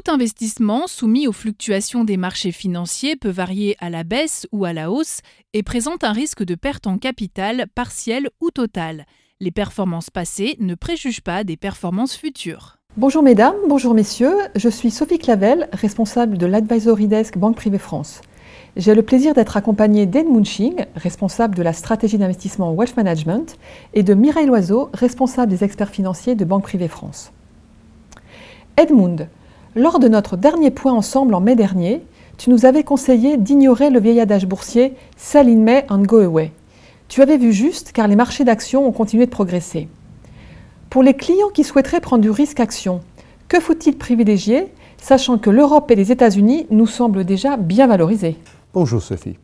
investissement soumis aux fluctuations des marchés financiers peut varier à la baisse ou à la hausse et présente un risque de perte en capital partiel ou total. Les performances passées ne préjugent pas des performances futures. Bonjour mesdames, bonjour messieurs, je suis Sophie Clavel, responsable de l'Advisory Desk Banque Privée France. J'ai le plaisir d'être accompagnée d'Edmund Ching, responsable de la stratégie d'investissement Wealth Management, et de Mireille Loiseau, responsable des experts financiers de Banque Privée France. Edmund, lors de notre dernier point ensemble en mai dernier, tu nous avais conseillé d'ignorer le vieil adage boursier « Sell in May and go away ». Tu avais vu juste car les marchés d'actions ont continué de progresser. Pour les clients qui souhaiteraient prendre du risque action, que faut-il privilégier, sachant que l'Europe et les États-Unis nous semblent déjà bien valorisés? Bonjour Sophie.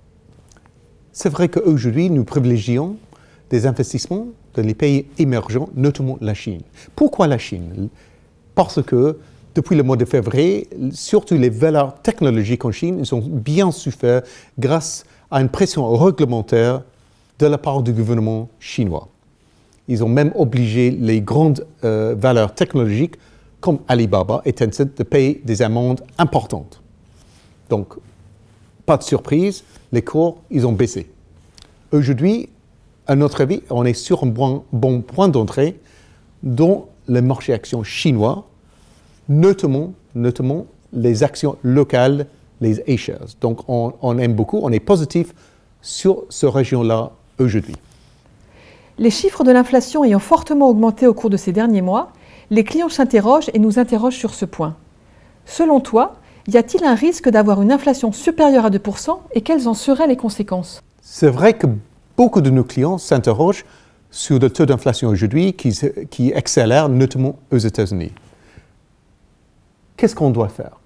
C'est vrai qu'aujourd'hui, nous privilégions des investissements dans les pays émergents, notamment la Chine. Pourquoi la Chine? Parce que depuis le mois de février, surtout les valeurs technologiques en Chine, ils ont bien souffert grâce à une pression réglementaire de la part du gouvernement chinois. Ils ont même obligé les grandes valeurs technologiques comme Alibaba et Tencent de payer des amendes importantes. Donc, pas de surprise, les cours, ils ont baissé. Aujourd'hui, à notre avis, on est sur un bon point d'entrée dans le marché actions chinois, notamment les actions locales, les A-shares. Donc, on aime beaucoup, on est positif sur cette région-là aujourd'hui. Les chiffres de l'inflation ayant fortement augmenté au cours de ces derniers mois, les clients s'interrogent et nous interrogent sur ce point. Selon toi, y a-t-il un risque d'avoir une inflation supérieure à 2% et quelles en seraient les conséquences? C'est vrai que beaucoup de nos clients s'interrogent sur le taux d'inflation aujourd'hui qui accélère notamment aux États-Unis. Qu'est-ce qu'on doit faire?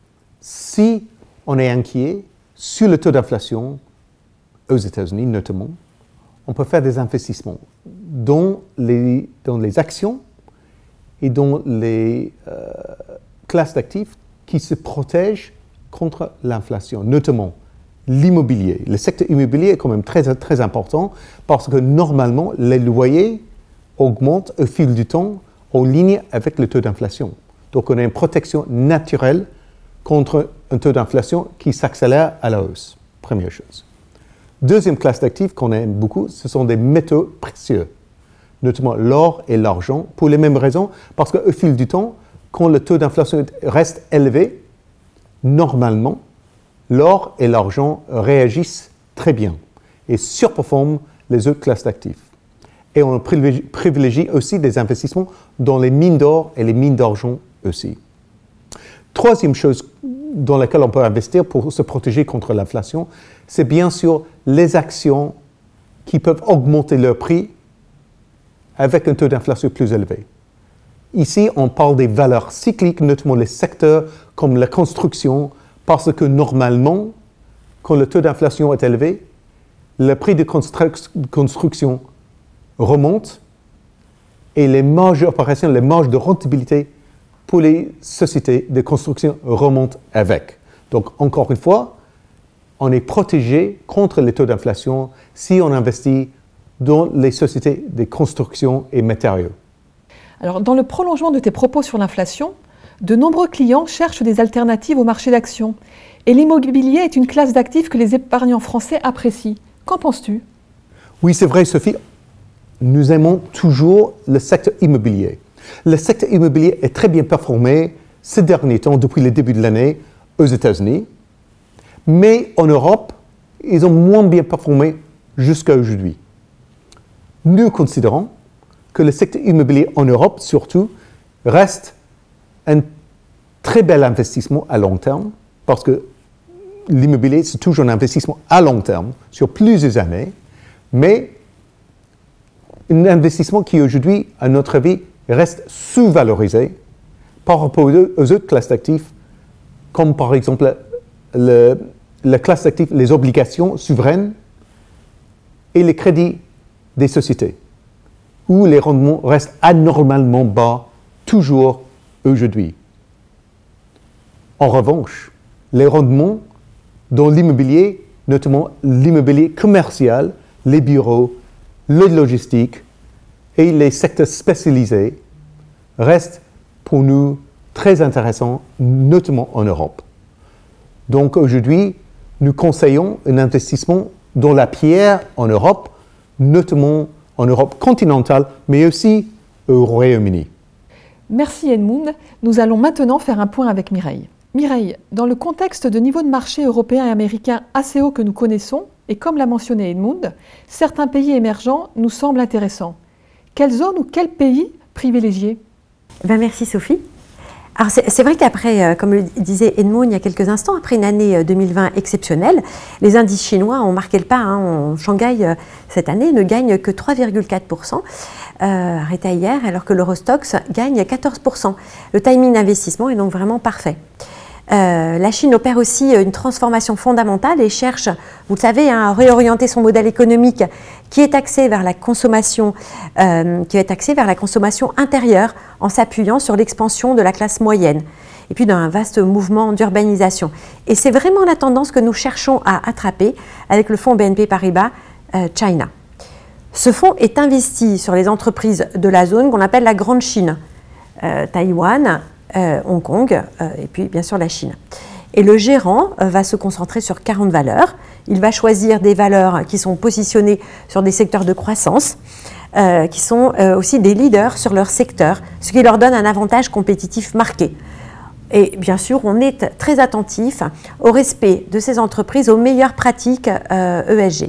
Si on est inquiet sur le taux d'inflation aux États-Unis notamment, on peut faire des investissements dans les actions et dans les classes d'actifs qui se protègent contre l'inflation, notamment l'immobilier. Le secteur immobilier est quand même très, très important parce que normalement, les loyers augmentent au fil du temps en ligne avec le taux d'inflation. Donc, on a une protection naturelle contre un taux d'inflation qui s'accélère à la hausse. Première chose. Deuxième classe d'actifs qu'on aime beaucoup, ce sont des métaux précieux, notamment l'or et l'argent, pour les mêmes raisons, parce qu'au fil du temps, quand le taux d'inflation reste élevé, normalement, l'or et l'argent réagissent très bien et surperforment les autres classes d'actifs. Et on privilégie aussi des investissements dans les mines d'or et les mines d'argent aussi. Troisième chose dans laquelle on peut investir pour se protéger contre l'inflation, c'est bien sûr les actions qui peuvent augmenter leur prix avec un taux d'inflation plus élevé. Ici, on parle des valeurs cycliques, notamment les secteurs comme la construction, parce que normalement, quand le taux d'inflation est élevé, le prix de construction remonte et les marges d'opération, les marges de rentabilité pour les sociétés de construction remontent avec. Donc, encore une fois, on est protégé contre les taux d'inflation si on investit dans les sociétés de construction et matériaux. Alors, dans le prolongement de tes propos sur l'inflation, de nombreux clients cherchent des alternatives au marché d'actions. Et l'immobilier est une classe d'actifs que les épargnants français apprécient. Qu'en penses-tu? Oui, c'est vrai, Sophie. Nous aimons toujours le secteur immobilier. Le secteur immobilier est très bien performé ces derniers temps, depuis le début de l'année, aux États-Unis. Mais en Europe, ils ont moins bien performé jusqu'à aujourd'hui. Nous considérons que le secteur immobilier en Europe, surtout, reste un très bel investissement à long terme, parce que l'immobilier, c'est toujours un investissement à long terme, sur plusieurs années, mais un investissement qui aujourd'hui, à notre avis, reste sous-valorisé par rapport aux autres classes d'actifs, comme par exemple la classe d'actifs, les obligations souveraines et les crédits des sociétés, où les rendements restent anormalement bas, toujours aujourd'hui. En revanche, les rendements dans l'immobilier, notamment l'immobilier commercial, les bureaux, le logistique et les secteurs spécialisés, restent pour nous très intéressants, notamment en Europe. Donc aujourd'hui, nous conseillons un investissement dans la pierre en Europe, notamment en Europe continentale, mais aussi au Royaume-Uni. Merci Edmund. Nous allons maintenant faire un point avec Mireille. Mireille, dans le contexte de niveau de marché européen et américain assez haut que nous connaissons, et comme l'a mentionné Edmund, certains pays émergents nous semblent intéressants. Quelle zone ou quel pays privilégier? Merci Sophie. Alors c'est vrai qu'après, comme le disait Edmund il y a quelques instants, après une année 2020 exceptionnelle, les indices chinois ont marqué le pas. Shanghai, cette année, ne gagne que 3,4%, arrêté hier, alors que l'Eurostoxx gagne 14%. Le timing d'investissement est donc vraiment parfait. La Chine opère aussi une transformation fondamentale et cherche, vous le savez, à réorienter son modèle économique qui est axé vers la consommation, intérieure en s'appuyant sur l'expansion de la classe moyenne et puis dans un vaste mouvement d'urbanisation. Et c'est vraiment la tendance que nous cherchons à attraper avec le fonds BNP Paribas China. Ce fonds est investi sur les entreprises de la zone qu'on appelle la Grande Chine, Taïwan, Hong Kong et puis bien sûr la Chine. Et le gérant va se concentrer sur 40 valeurs. Il va choisir des valeurs qui sont positionnées sur des secteurs de croissance, qui sont aussi des leaders sur leur secteur, ce qui leur donne un avantage compétitif marqué. Et bien sûr, on est très attentif au respect de ces entreprises, aux meilleures pratiques ESG.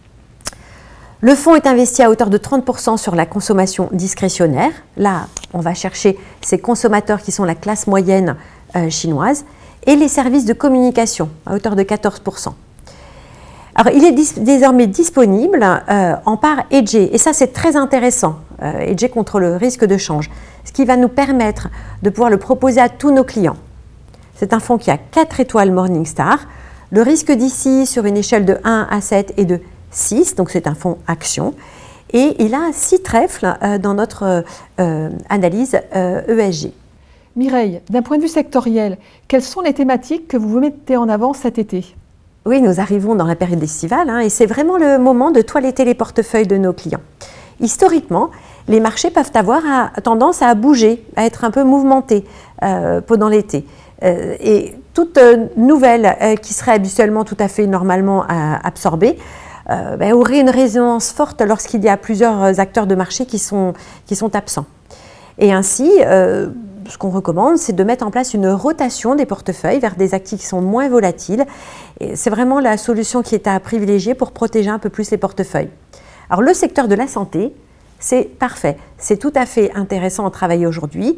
Le fonds est investi à hauteur de 30% sur la consommation discrétionnaire. Là, on va chercher ces consommateurs qui sont la classe moyenne chinoise et les services de communication à hauteur de 14%. Alors, il est désormais disponible en part hedgée et ça, c'est très intéressant, hedgé contre le risque de change, ce qui va nous permettre de pouvoir le proposer à tous nos clients. C'est un fonds qui a 4 étoiles Morningstar. Le risque d'ici sur une échelle de 1 à 7 et de 6, donc c'est un fonds action, et il a 6 trèfles dans notre analyse ESG. Mireille, d'un point de vue sectoriel, quelles sont les thématiques que vous mettez en avant cet été? Oui, nous arrivons dans la période estivale et c'est vraiment le moment de toiletter les portefeuilles de nos clients. Historiquement, les marchés peuvent avoir tendance à bouger, à être un peu mouvementés pendant l'été. Et toute nouvelle qui serait habituellement tout à fait normalement absorbée aurait une résonance forte lorsqu'il y a plusieurs acteurs de marché qui sont absents. Et ainsi, ce qu'on recommande, c'est de mettre en place une rotation des portefeuilles vers des actifs qui sont moins volatiles. Et c'est vraiment la solution qui est à privilégier pour protéger un peu plus les portefeuilles. Alors le secteur de la santé, c'est parfait. C'est tout à fait intéressant à travailler aujourd'hui.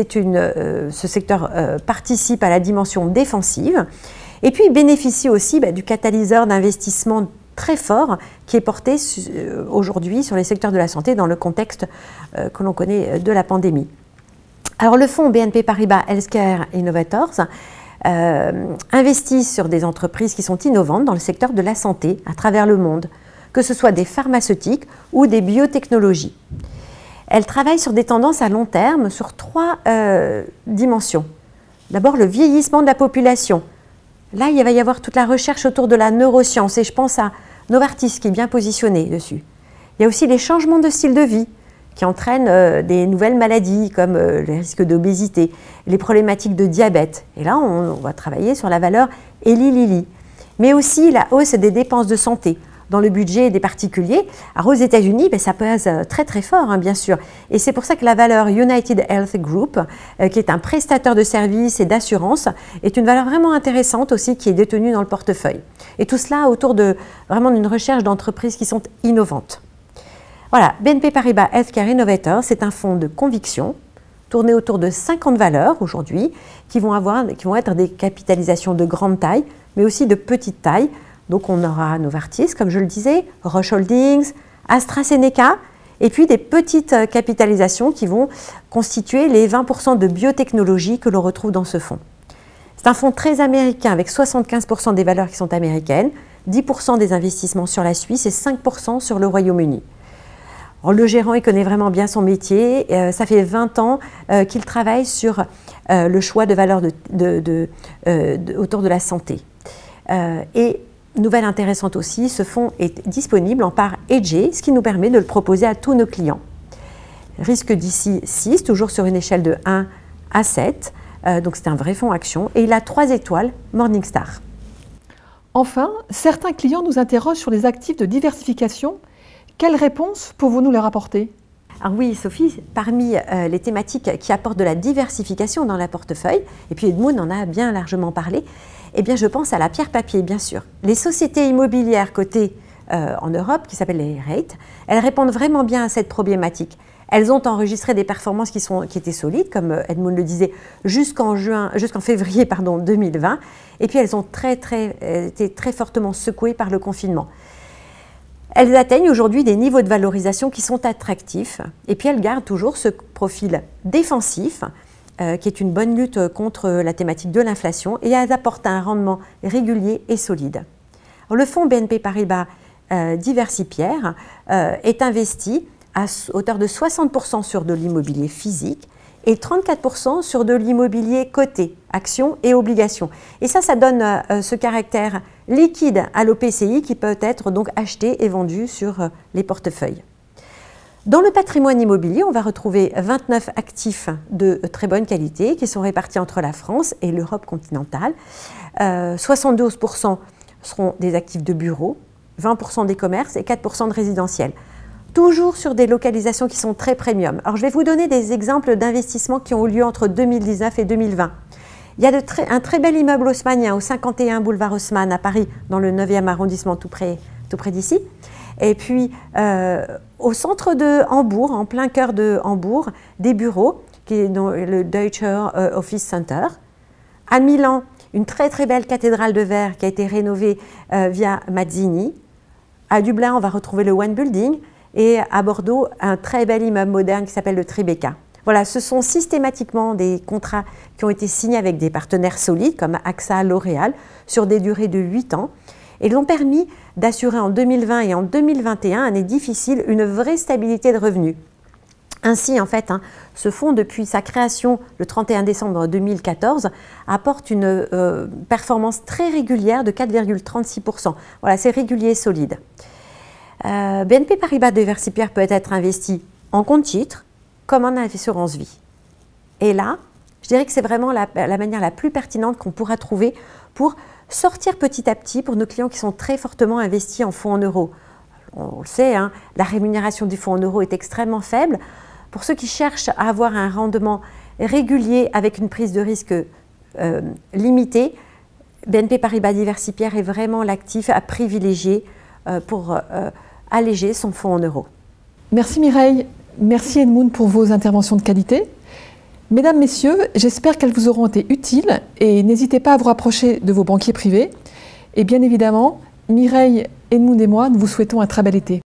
Ce secteur participe à la dimension défensive. Et puis il bénéficie aussi du catalyseur d'investissement très fort qui est porté aujourd'hui sur les secteurs de la santé dans le contexte que l'on connaît de la pandémie. Alors le fonds BNP Paribas Healthcare Innovators investit sur des entreprises qui sont innovantes dans le secteur de la santé à travers le monde, que ce soit des pharmaceutiques ou des biotechnologies. Elle travaille sur des tendances à long terme sur 3 dimensions. D'abord le vieillissement de la population. Là, il va y avoir toute la recherche autour de la neuroscience et je pense à Novartis qui est bien positionné dessus. Il y a aussi les changements de style de vie qui entraînent des nouvelles maladies comme les risques d'obésité, les problématiques de diabète. Et là, on va travailler sur la valeur Eli Lilly. Mais aussi la hausse des dépenses de santé dans le budget des particuliers. Alors aux États-Unis, ça pèse très très fort, bien sûr. Et c'est pour ça que la valeur United Health Group, qui est un prestataire de services et d'assurance, est une valeur vraiment intéressante aussi qui est détenue dans le portefeuille. Et tout cela autour de vraiment d'une recherche d'entreprises qui sont innovantes. Voilà, BNP Paribas Healthcare Innovators, c'est un fonds de conviction tourné autour de 50 valeurs aujourd'hui qui vont être des capitalisations de grande taille, mais aussi de petite taille. Donc on aura Novartis, comme je le disais, Roche Holdings, AstraZeneca, et puis des petites capitalisations qui vont constituer les 20% de biotechnologie que l'on retrouve dans ce fonds. C'est un fonds très américain avec 75% des valeurs qui sont américaines, 10% des investissements sur la Suisse et 5% sur le Royaume-Uni. Alors, le gérant, il connaît vraiment bien son métier. Ça fait 20 ans qu'il travaille sur le choix de valeurs autour de la santé. Et nouvelle intéressante aussi, ce fonds est disponible en part hedgée, ce qui nous permet de le proposer à tous nos clients. Risque d'ici 6, toujours sur une échelle de 1 à 7. Donc c'est un vrai fonds action. Et il a 3 étoiles Morningstar. Enfin, certains clients nous interrogent sur les actifs de diversification. Quelles réponses pouvez-vous nous leur apporter ? Alors oui, Sophie, parmi les thématiques qui apportent de la diversification dans la portefeuille, et puis Edmund en a bien largement parlé, eh bien je pense à la pierre papier, bien sûr. Les sociétés immobilières cotées en Europe, qui s'appellent les REIT, elles répondent vraiment bien à cette problématique. Elles ont enregistré des performances qui étaient solides, comme Edmund le disait, jusqu'en février 2020, et puis elles ont été très fortement secouées par le confinement. Elles atteignent aujourd'hui des niveaux de valorisation qui sont attractifs, et puis elles gardent toujours ce profil défensif, qui est une bonne lutte contre la thématique de l'inflation, et elles apportent un rendement régulier et solide. Alors, le fonds BNP Paribas Diversipierre est investi à hauteur de 60% sur de l'immobilier physique et 34% sur de l'immobilier coté, actions et obligations. Et ça donne ce caractère liquide à l'OPCI qui peut être donc acheté et vendu sur les portefeuilles. Dans le patrimoine immobilier, on va retrouver 29 actifs de très bonne qualité qui sont répartis entre la France et l'Europe continentale. 72% seront des actifs de bureaux, 20% des commerces et 4% de résidentiels. Toujours sur des localisations qui sont très premium. Alors je vais vous donner des exemples d'investissements qui ont eu lieu entre 2019 et 2020. Il y a un très bel immeuble haussmannien au 51 boulevard Haussmann à Paris, dans le 9e arrondissement, tout près d'ici. Et puis au centre de Hambourg, en plein cœur de Hambourg, des bureaux, qui est dans le Deutsche Office Center. À Milan, une très très belle cathédrale de verre qui a été rénovée via Mazzini. À Dublin, on va retrouver le One Building. Et à Bordeaux, un très bel immeuble moderne qui s'appelle le Tribeca. Voilà, ce sont systématiquement des contrats qui ont été signés avec des partenaires solides comme AXA, L'Oréal, sur des durées de 8 ans. Et ils ont permis d'assurer en 2020 et en 2021, année difficile, une vraie stabilité de revenus. Ainsi, en fait, ce fonds, depuis sa création le 31 décembre 2014, apporte une performance très régulière de 4,36%. Voilà, c'est régulier et solide. BNP Paribas Diversipierre peut être investi en compte titre comme en assurance vie. Et là, je dirais que c'est vraiment la manière la plus pertinente qu'on pourra trouver pour sortir petit à petit pour nos clients qui sont très fortement investis en fonds en euros. On le sait, la rémunération du fonds en euros est extrêmement faible. Pour ceux qui cherchent à avoir un rendement régulier avec une prise de risque limitée, BNP Paribas Diversipierre est vraiment l'actif à privilégier pour alléger son fonds en euros. Merci Mireille, merci Edmund pour vos interventions de qualité. Mesdames, Messieurs, j'espère qu'elles vous auront été utiles et n'hésitez pas à vous rapprocher de vos banquiers privés. Et bien évidemment, Mireille, Edmund et moi, nous vous souhaitons un très bel été.